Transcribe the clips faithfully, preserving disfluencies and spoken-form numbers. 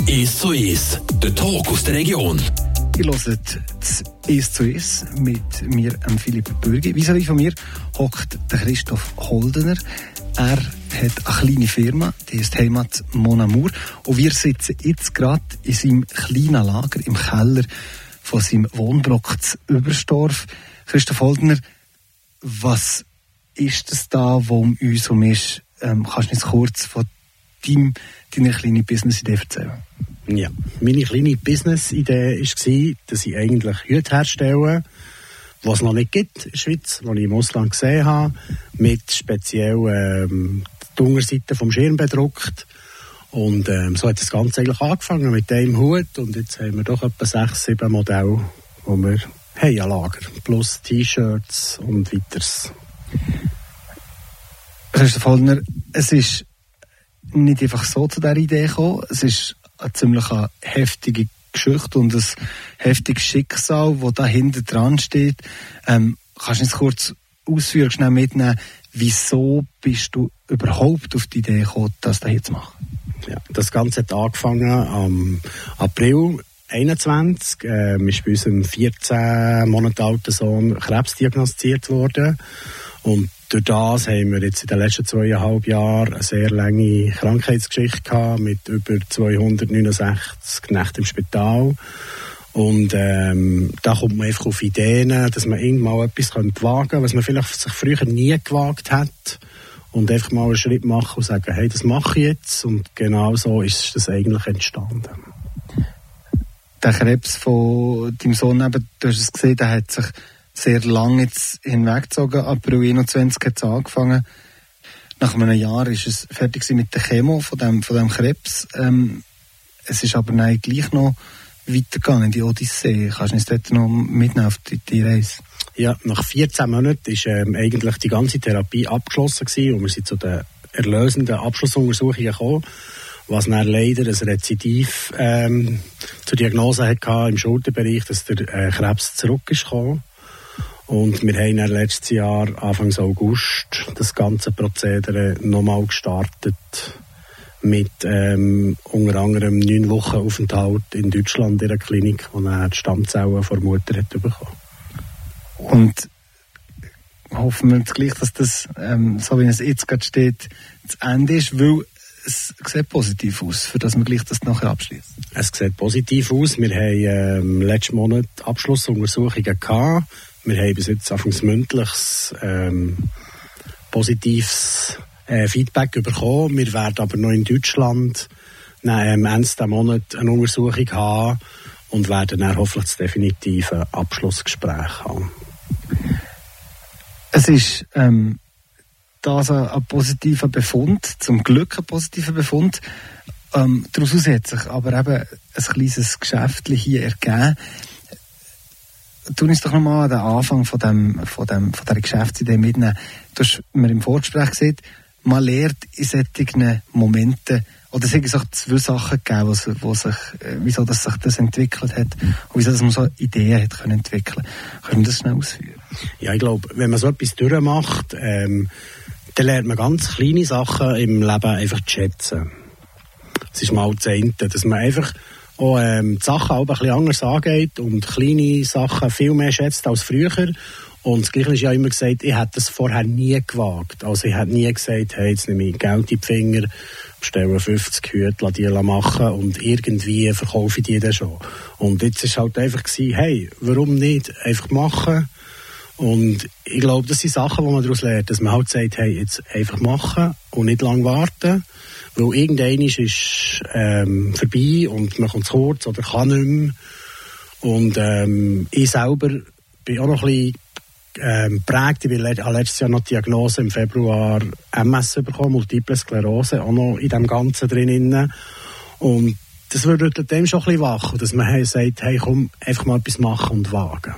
eins zu eins, der Talk aus der Region. Ihr hört das eins zu eins mit mir, Philipp Bürgi. Vis-à-vis von mir hockt der Christoph Holdener. Er hat eine kleine Firma, die heißt Heimat Mon Amour. Und wir sitzen jetzt gerade in seinem kleinen Lager im Keller von seinem Wohnblock zu Überstorf. Christoph Holdener, was ist das da, wo um uns herum ist? Ähm, kannst du uns kurz von deinem, deiner kleinen Business-Idee erzählen? Ja, meine kleine Business-Idee war, dass ich eigentlich Hüte herstelle, die es noch nicht gibt in der Schweiz, die ich im Ausland gesehen habe, mit speziell ähm, die Unterseite vom Schirm bedruckt. Und ähm, so hat das Ganze eigentlich angefangen mit einem Hut. Und jetzt haben wir doch etwa sechs, sieben Modelle, die wir haben an Lager. Plus T-Shirts und weiteres. Christoph Holdener, es ist nicht einfach so zu dieser Idee gekommen. Es ist eine ziemlich heftige Geschichte und ein heftiges Schicksal, das dahinter dran steht. Ähm, kannst du uns kurz ausführen, schnell mitnehmen, wieso bist du überhaupt auf die Idee gekommen, das hier zu machen? Ja, das Ganze hat angefangen am April einundzwanzig. Ähm, ist bei unserem vierzehn Monate alten Sohn Krebs diagnostiziert worden. Und durch das haben wir jetzt in den letzten zweieinhalb Jahren eine sehr lange Krankheitsgeschichte gehabt, mit über zweihundertneunundsechzig Nächten im Spital. Und ähm, da kommt man einfach auf Ideen, dass man irgendwann etwas wagen könnte, was man vielleicht sich früher nie gewagt hat. Und einfach mal einen Schritt machen und sagen, hey, das mache ich jetzt. Und genau so ist das eigentlich entstanden. Der Krebs von deinem Sohn, eben, du hast es gesehen, der hat sich sehr lange jetzt hinweggezogen. April einundzwanzig hat es angefangen. Nach einem Jahr ist es fertig mit der Chemo von dem, von dem Krebs. Ähm, es ist aber nein, gleich noch weitergegangen in die Odyssee. Kannst du uns dort noch mitnehmen auf die, die Reise? Ja, nach vierzehn Monaten ist ähm, eigentlich die ganze Therapie abgeschlossen gewesen und wir sind zu den erlösenden Abschlussuntersuchungen gekommen, was dann leider ein Rezidiv ähm, zur Diagnose hatte im Schulterbereich, dass der äh, Krebs zurück ist gekommen. Und wir haben dann letztes Jahr, Anfang August, das ganze Prozedere nochmal gestartet mit ähm, unter anderem neun Wochen Aufenthalt in Deutschland in der Klinik, wo er die Stammzellen von der Mutter hat bekommen. Und hoffen wir jetzt gleich, dass das, ähm, so wie es jetzt gerade steht, das Ende ist, weil es sieht positiv aus, für das wir gleich das nachher abschließen. Es sieht positiv aus. Wir haben ähm, letzten Monat Abschlussuntersuchungen gehabt. Wir haben bis jetzt anfangs mündliches ähm, positives äh, Feedback bekommen. Wir werden aber noch in Deutschland ähm, Ende des Monats eine Untersuchung haben und werden dann hoffentlich das definitive Abschlussgespräch haben. Es ist ähm, das ein, ein positiver Befund, zum Glück ein positiver Befund. Ähm, daraus hat sich aber eben ein kleines Geschäftchen hier ergeben. Tu uns doch nochmal an den Anfang von, dem, von, dem, von dieser Geschäftsidee mitnehmen. Du hast mir im Vorgespräch gesehen, man lernt in solchen Momenten, oder es hat auch zwei Sachen gegeben, wo, wo sich, wieso das sich das entwickelt hat und wieso dass man so Ideen hat können entwickeln. Können wir das schnell ausführen? Ja, ich glaube, wenn man so etwas durchmacht, ähm, dann lernt man ganz kleine Sachen im Leben einfach zu schätzen. Es ist mal das eine, dass man einfach auch ähm, die Sachen auch ein bisschen anders angeht und kleine Sachen viel mehr schätzt als früher. Und das Gleiche ist ja immer gesagt, ich hätte das vorher nie gewagt. Also ich hätte nie gesagt, hey, jetzt nehme ich Geld in die Finger, bestelle fünfzig Hüte, lasse die machen und irgendwie verkaufe ich die dann schon. Und jetzt war halt einfach gewesen, hey, warum nicht? Einfach machen. Und ich glaube, das sind Sachen, die man daraus lernt, dass man halt sagt, hey, jetzt einfach machen und nicht lange warten. Weil irgendwann ist es ähm, vorbei und man kommt zu kurz oder kann nicht mehr. Und ähm, ich selber bin auch noch ein bisschen ähm, geprägt. Ich habe letztes Jahr noch die Diagnose im Februar M S bekommen, Multiple Sklerose, auch noch in dem Ganzen drin. Und das rüttelt dem schon ein bisschen wach, dass man hey, sagt, hey, komm, einfach mal etwas machen und wagen.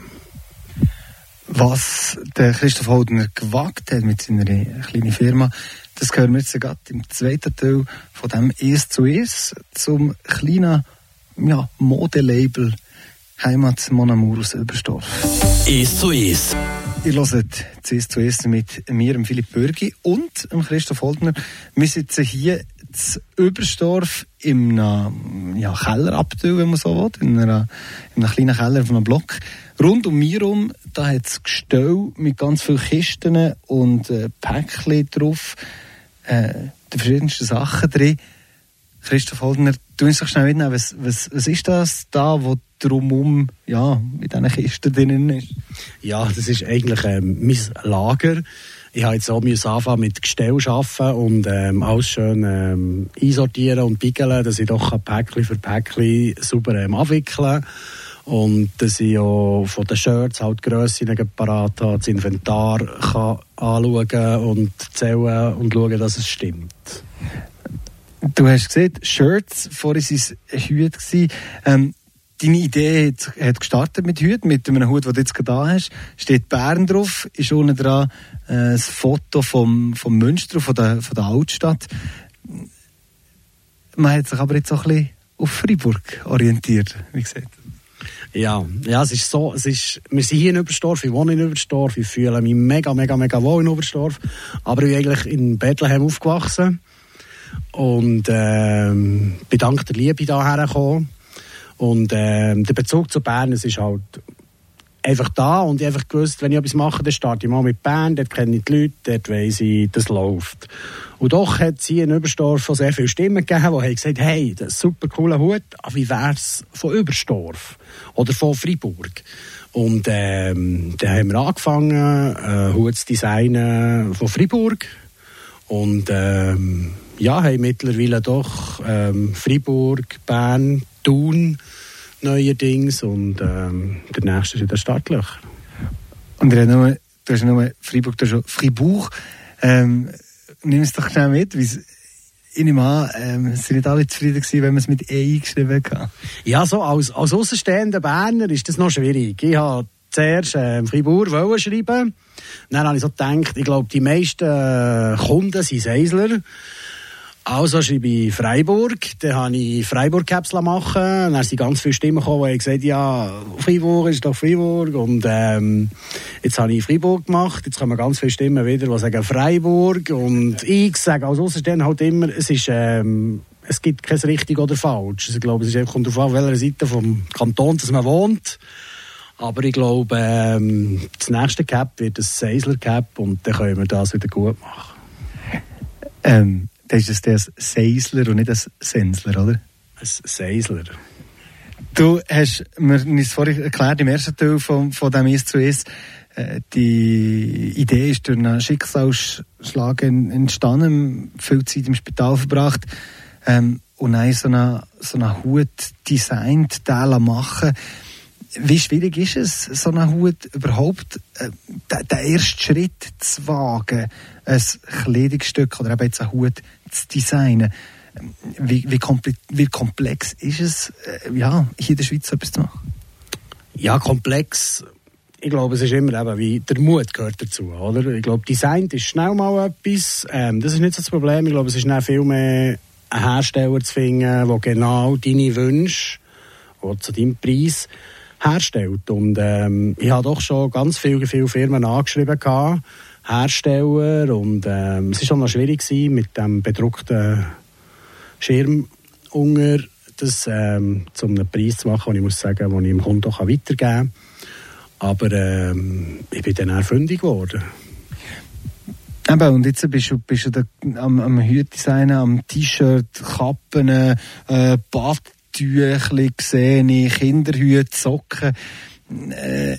Was der Christoph Holdener gewagt hat mit seiner kleinen Firma, das hören wir jetzt gerade im zweiten Teil von dem eins zu eins zum kleinen ja, Modelabel Heimat Mon Amour aus Überstorf. eins zu eins. Ihr hört das eins zu eins mit mir, Philipp Bürgi und Christoph Holdener. Wir sitzen hier zu Oberstdorf in einem ja, Kellerabteil, wenn man so will, in, einer, in einem kleinen Keller auf einem Block. Rund um mich herum, da hat es Gestell mit ganz vielen Kisten und äh, Päckchen drauf, äh, die verschiedensten Sachen drin. Christoph Holdner, du uns doch schnell mitnehmen, was, was, was ist das da, wo drumherum ja, mit diesen Kisten drin ist? Ja, das ist eigentlich ähm, mein Lager. Ich habe jetzt auch anfangen mit Gestell arbeiten und ähm, alles schön ähm, einsortieren und pickeln, dass ich doch Päckchen für Päckchen sauber ähm, abwickeln kann. Und dass ich auch von den Shirts halt Grössen parat habe, das Inventar kann anschauen und zählen und schauen, dass es stimmt. Du hast gesehen, Shirts, vorhin waren es Hüte. Ähm, deine Idee hat, hat gestartet mit Hüten, mit einem Hut, den du jetzt da hast. Steht Bern drauf, ist unten dran äh, ein Foto vom, vom Münster, von der, von der Altstadt. Man hat sich aber jetzt auch ein bisschen auf Freiburg orientiert, wie gesagt. Ja, ja, es ist so, es ist, wir sind hier in Oberstdorf, ich wohne in Oberstdorf, ich fühle mich mega, mega, mega wohl in Oberstdorf, aber ich bin eigentlich in Bethlehem aufgewachsen und ähm, bin dank der Liebe hierher gekommen und ähm, der Bezug zu Bern, es ist halt einfach da und ich habe einfach gewusst, wenn ich etwas mache, dann starte ich mal mit Bern, dort kenne ich die Leute, dort weiss ich, das läuft. Und doch hat es hier in Oberstdorf schon sehr viele Stimmen gegeben, die haben gesagt, hey, das ist ein super cooler Hut, aber wie wär's von Oberstdorf oder von Freiburg? Und ähm, dann haben wir angefangen, äh, Hut zu designen von Freiburg und ähm, ja, haben mittlerweile doch ähm, Freiburg, Bern, Thun neuerdings und ähm, der nächste ist in der Startlöcher. Und du hast ja nur Freiburg, du hast schon Fribourg. Ähm, nimm es doch schnell mit. Ich nehme an, ähm, sind nicht alle zufrieden gewesen, wenn man es mit E eingeschrieben hat. Ja, so als, als aussenstehender Berner ist das noch schwierig. Ich habe zuerst äh, Fribourg wollen schreiben. Dann habe ich so gedacht, ich glaube, die meisten äh, Kunden sind Seisler. Also schreibe ich Freiburg, dann habe ich Freiburg-Caps machen, dann sind ganz viele Stimmen gekommen, die gesagt haben, ja, Freiburg ist doch Freiburg und ähm, jetzt habe ich Freiburg gemacht, jetzt kommen ganz viele Stimmen wieder, die sagen Freiburg und ich sage als Aussenstehender halt immer, es ist, ähm, es gibt kein richtig oder falsch. Also ich glaube, es ist einfach darauf an, auf welcher Seite vom Kanton dass man wohnt. Aber ich glaube, ähm, das nächste Cap wird ein Seisler Cap und dann können wir das wieder gut machen. Ähm. Dann ist es der Seisler und nicht ein Sensler, oder? Ein Seisler. Du hast mir uns vorhin erklärt, im ersten Teil von, von diesem eins zu eins, äh, die Idee ist durch einen Schicksalsschlag entstanden, viel Zeit im Spital verbracht ähm, und dann so einen so eine Hut designt, den machen. Wie schwierig ist es, so einen Hut überhaupt, äh, den, den ersten Schritt zu wagen, ein Kleidungsstück oder eben jetzt einen Hut zu designen? Wie, wie, komple- wie komplex ist es, äh, ja, hier in der Schweiz etwas zu machen? Ja, komplex. Ich glaube, es ist immer eben, wie der Mut gehört dazu, oder? Ich glaube, Design ist schnell mal etwas. Ähm, das ist nicht so das Problem. Ich glaube, es ist dann viel mehr einen Hersteller zu finden, der genau deine Wünsche oder zu deinem Preis herstellt. Und ähm, ich habe doch schon ganz viele, viele Firmen angeschrieben gehabt, Hersteller, und ähm, es war schon noch schwierig gewesen, mit dem bedruckten Schirm unter das ähm, zu einem Preis zu machen, den ich muss sagen, den ich dem Kunden auch weitergeben kann. Aber ähm, ich bin dann auch fündig geworden. Eben, und jetzt bist du, bist du da am, am Hütdesign, am T-Shirt, Kappen, äh, Badtüchli gesehen, Kinderhüte, Socken. Äh,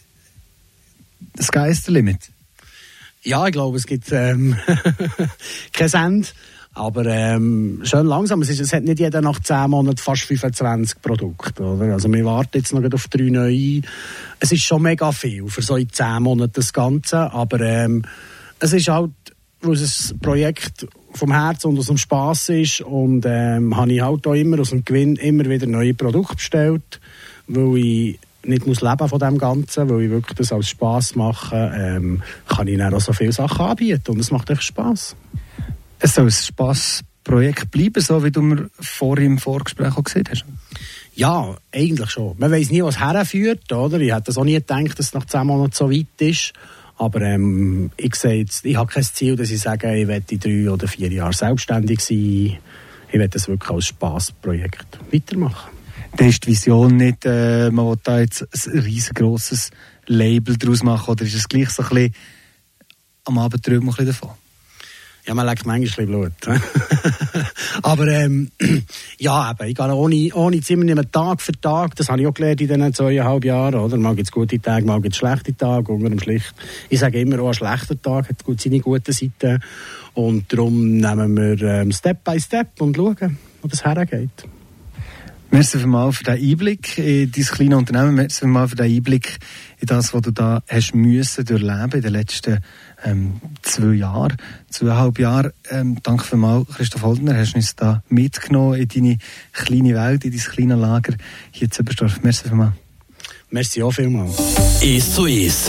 Sky is the limit. Ja, ich glaube, es gibt ähm, kein Ende. Aber ähm, schön langsam. Es, ist, es hat nicht jeder nach zehn Monaten fast fünfundzwanzig Produkte. Oder? Also wir warten jetzt noch auf drei neue. Es ist schon mega viel für so in zehn Monaten das Ganze. Aber ähm, es ist halt, weil es ein Projekt vom Herzen und aus dem Spass ist. Und ähm, habe ich halt auch immer aus dem Gewinn immer wieder neue Produkte bestellt, weil ich nicht muss leben von dem Ganzen, weil ich wirklich das als Spass mache, ähm, kann ich dann auch so viele Sachen anbieten. Und es macht echt Spass. Es soll ein Spassprojekt bleiben, so wie du mir vorhin im Vorgespräch auch gesehen hast? Ja, eigentlich schon. Man weiss nie, was herführt, oder? Ich hätte das auch nie gedacht, dass es nach zehn Monaten so weit ist. Aber ähm, ich sehe jetzt, ich habe kein Ziel, dass ich sage, ich werde in drei oder vier Jahren selbstständig sein. Ich werde das wirklich als Spassprojekt weitermachen. Da ist die Vision nicht, äh, man will da jetzt ein riesengroßes Label draus machen, oder ist es gleich so ein bisschen, am Abend träumt man ein bisschen davon? Ja, man leckt manchmal Blut. Aber ähm, ja, eben, ich gehe ohne, ohne Zimmer nehmen, Tag für Tag. Das habe ich auch gelernt in diesen zweieinhalb Jahren. Oder? Mal gibt es gute Tage, mal gibt es schlechte Tage. Unter dem Schlicht. Ich sage immer, auch ein schlechter Tag hat gut seine guten Seiten. Und darum nehmen wir ähm, Step by Step und schauen, wo das hergeht. Merci vielmals für den Einblick in dein kleine Unternehmen. Merci vielmals für den Einblick in das, was du da hast müssen durchleben in den letzten ähm, zwei Jahren, zweieinhalb Jahren. Ähm, danke vielmals, Christoph Holdner, hast uns da mitgenommen in deine kleine Welt, in dein kleine Lager hier in Zübersdorf. Merci vielmals. Merci auch vielmals. eins zu eins